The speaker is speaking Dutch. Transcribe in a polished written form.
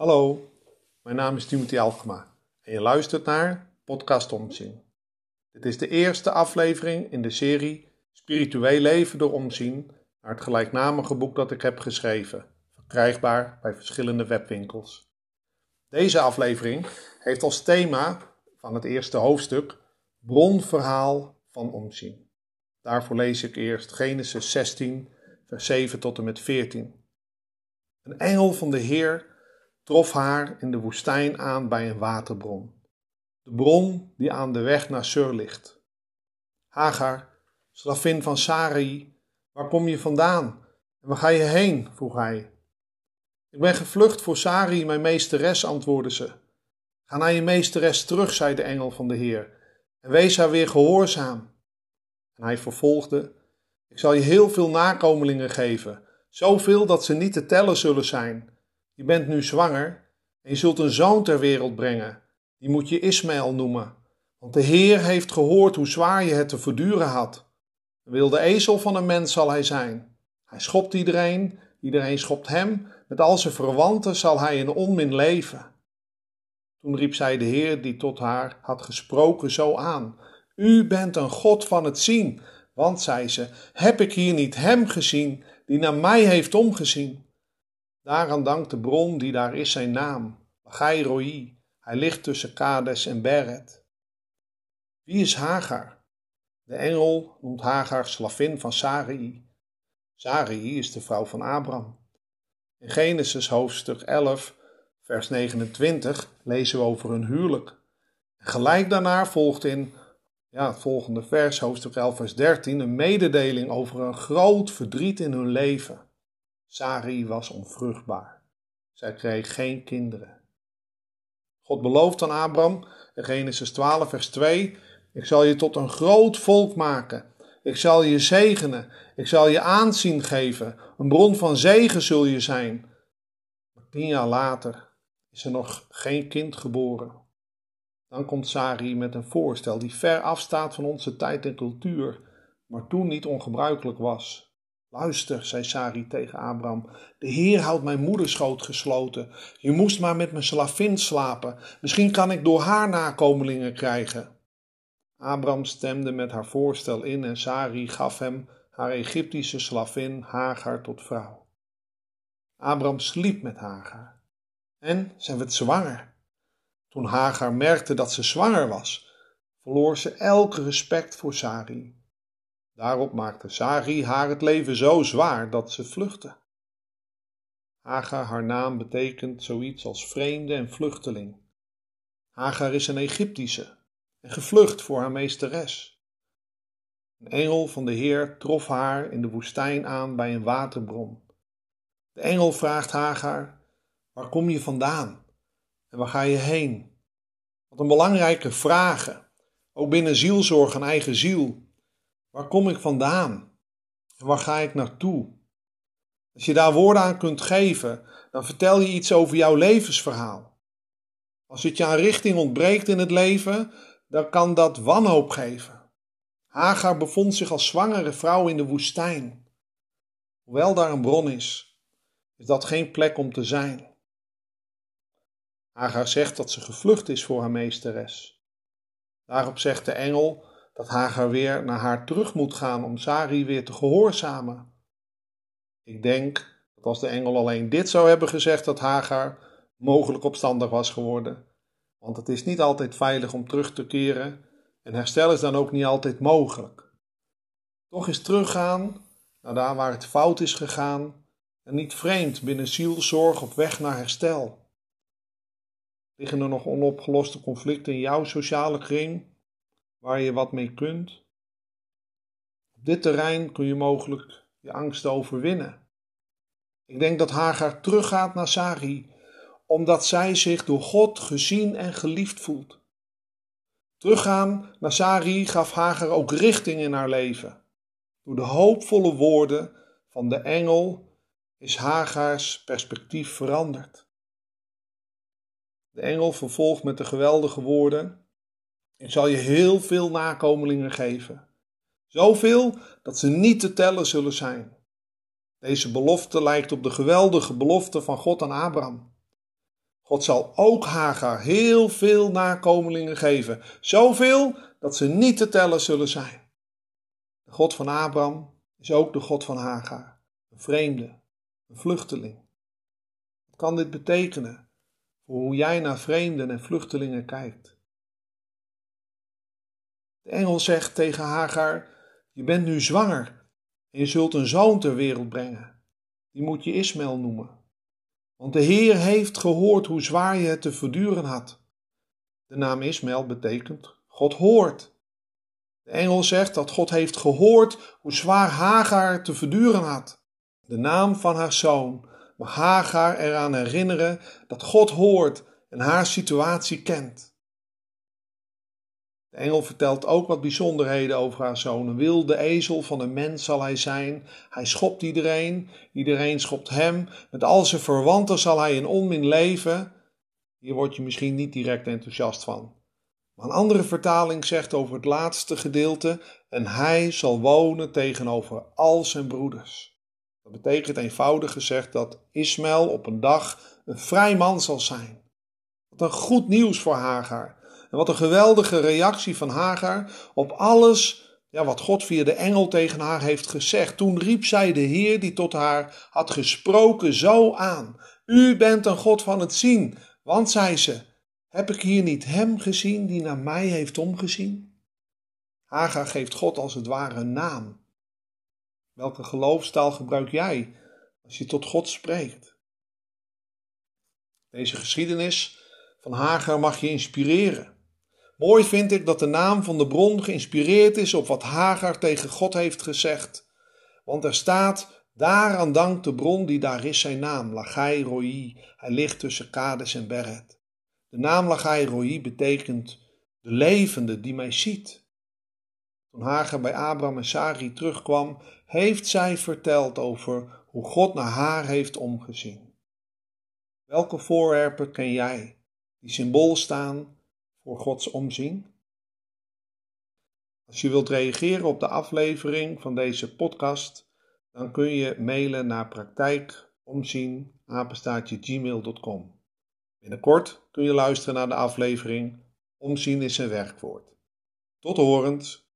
Hallo, mijn naam is Timothy Alkema en je luistert naar Podcast Omzien. Dit is de eerste aflevering in de serie Spiritueel leven door omzien naar het gelijknamige boek dat ik heb geschreven, verkrijgbaar bij verschillende webwinkels. Deze aflevering heeft als thema van het eerste hoofdstuk bronverhaal van omzien. Daarvoor lees ik eerst Genesis 16, vers 7 tot en met 14. Een engel van de Heer trof haar in de woestijn aan bij een waterbron. De bron die aan de weg naar Sur ligt. Hagar, slavin van Sarai, waar kom je vandaan en waar ga je heen? Vroeg hij. Ik ben gevlucht voor Sarai, mijn meesteres, antwoordde ze. Ga naar je meesteres terug, zei de engel van de Heer, en wees haar weer gehoorzaam. En hij vervolgde, ik zal je heel veel nakomelingen geven, zoveel dat ze niet te tellen zullen zijn. Je bent nu zwanger en je zult een zoon ter wereld brengen. Die moet je Ismaël noemen, want de Heer heeft gehoord hoe zwaar je het te verduren had. Een wilde ezel van een mens zal hij zijn. Hij schopt iedereen, iedereen schopt hem. Met al zijn verwanten zal hij in onmin leven. Toen riep zij de Heer die tot haar had gesproken zo aan. U bent een God van het zien, want, zei ze, heb ik hier niet hem gezien die naar mij heeft omgezien? Daaraan dankt de bron die daar is zijn naam, Lagai Roi. Hij ligt tussen Kades en Beret. Wie is Hagar? De engel noemt Hagar slavin van Sarai. Sarai is de vrouw van Abraham. In Genesis hoofdstuk 11, vers 29 lezen we over hun huwelijk. En gelijk daarna volgt in het volgende vers, hoofdstuk 11, vers 13, een mededeling over een groot verdriet in hun leven. Sarai was onvruchtbaar. Zij kreeg geen kinderen. God belooft aan Abraham in Genesis 12 vers 2, ik zal je tot een groot volk maken. Ik zal je zegenen. Ik zal je aanzien geven. Een bron van zegen zul je zijn. Maar 10 jaar later is er nog geen kind geboren. Dan komt Sarai met een voorstel die ver afstaat van onze tijd en cultuur, maar toen niet ongebruikelijk was. Luister, zei Sarai tegen Abraham, de Heer houdt mijn moederschoot gesloten. Je moest maar met mijn slavin slapen. Misschien kan ik door haar nakomelingen krijgen. Abraham stemde met haar voorstel in en Sarai gaf hem haar Egyptische slavin Hagar tot vrouw. Abraham sliep met Hagar en zij werd zwanger. Toen Hagar merkte dat ze zwanger was, verloor ze elk respect voor Sarai. Daarop maakte Sarai haar het leven zo zwaar dat ze vluchtte. Hagar, haar naam betekent zoiets als vreemde en vluchteling. Hagar is een Egyptische en gevlucht voor haar meesteres. Een engel van de Heer trof haar in de woestijn aan bij een waterbron. De engel vraagt Hagar, waar kom je vandaan en waar ga je heen? Wat een belangrijke vragen, ook binnen zielzorg en eigen ziel. Waar kom ik vandaan? En waar ga ik naartoe? Als je daar woorden aan kunt geven, dan vertel je iets over jouw levensverhaal. Als het je aan richting ontbreekt in het leven, dan kan dat wanhoop geven. Hagar bevond zich als zwangere vrouw in de woestijn. Hoewel daar een bron is dat geen plek om te zijn. Hagar zegt dat ze gevlucht is voor haar meesteres. Daarop zegt de engel dat Hagar weer naar haar terug moet gaan om Sarai weer te gehoorzamen. Ik denk dat als de engel alleen dit zou hebben gezegd, dat Hagar mogelijk opstandig was geworden. Want het is niet altijd veilig om terug te keren en herstel is dan ook niet altijd mogelijk. Toch is teruggaan naar daar waar het fout is gegaan en niet vreemd binnen zielzorg op weg naar herstel. Liggen er nog onopgeloste conflicten in jouw sociale kring, waar je wat mee kunt? Op dit terrein kun je mogelijk je angsten overwinnen. Ik denk dat Hagar teruggaat naar Sarai, omdat zij zich door God gezien en geliefd voelt. Teruggaan naar Sarai gaf Hagar ook richting in haar leven. Door de hoopvolle woorden van de engel is Hagars perspectief veranderd. De engel vervolgt met de geweldige woorden, ik zal je heel veel nakomelingen geven. Zoveel dat ze niet te tellen zullen zijn. Deze belofte lijkt op de geweldige belofte van God aan Abraham. God zal ook Hagar heel veel nakomelingen geven. Zoveel dat ze niet te tellen zullen zijn. De God van Abraham is ook de God van Hagar. Een vreemde, een vluchteling. Wat kan dit betekenen voor hoe jij naar vreemden en vluchtelingen kijkt? De engel zegt tegen Hagar: je bent nu zwanger en je zult een zoon ter wereld brengen. Die moet je Ismaël noemen. Want de Heer heeft gehoord hoe zwaar je het te verduren had. De naam Ismaël betekent God hoort. De engel zegt dat God heeft gehoord hoe zwaar Hagar te verduren had. De naam van haar zoon mag Hagar eraan herinneren dat God hoort en haar situatie kent. De engel vertelt ook wat bijzonderheden over haar zoon. Een wilde ezel van een mens zal hij zijn. Hij schopt iedereen, iedereen schopt hem. Met al zijn verwanten zal hij in onmin leven. Hier word je misschien niet direct enthousiast van. Maar een andere vertaling zegt over het laatste gedeelte: en hij zal wonen tegenover al zijn broeders. Dat betekent eenvoudig gezegd dat Ismaël op een dag een vrij man zal zijn. Wat een goed nieuws voor Hagar. En wat een geweldige reactie van Hagar op alles wat God via de engel tegen haar heeft gezegd. Toen riep zij de Heer die tot haar had gesproken zo aan: u bent een God van het zien. Want, zei ze, heb ik hier niet hem gezien die naar mij heeft omgezien? Hagar geeft God als het ware een naam. Welke geloofstaal gebruik jij als je tot God spreekt? Deze geschiedenis van Hagar mag je inspireren. Mooi vind ik dat de naam van de bron geïnspireerd is op wat Hagar tegen God heeft gezegd. Want er staat: daaraan dankt de bron die daar is zijn naam, Lachai Roi. Hij ligt tussen Kades en Beret. De naam Lachai Roi betekent de levende die mij ziet. Toen Hagar bij Abraham en Sarai terugkwam, heeft zij verteld over hoe God naar haar heeft omgezien. Welke voorwerpen ken jij die symbool staan voor Gods omzien? Als je wilt reageren op de aflevering van deze podcast, dan kun je mailen naar praktijkomzien@gmail.com. Binnenkort kun je luisteren naar de aflevering Omzien is een werkwoord. Tot horens!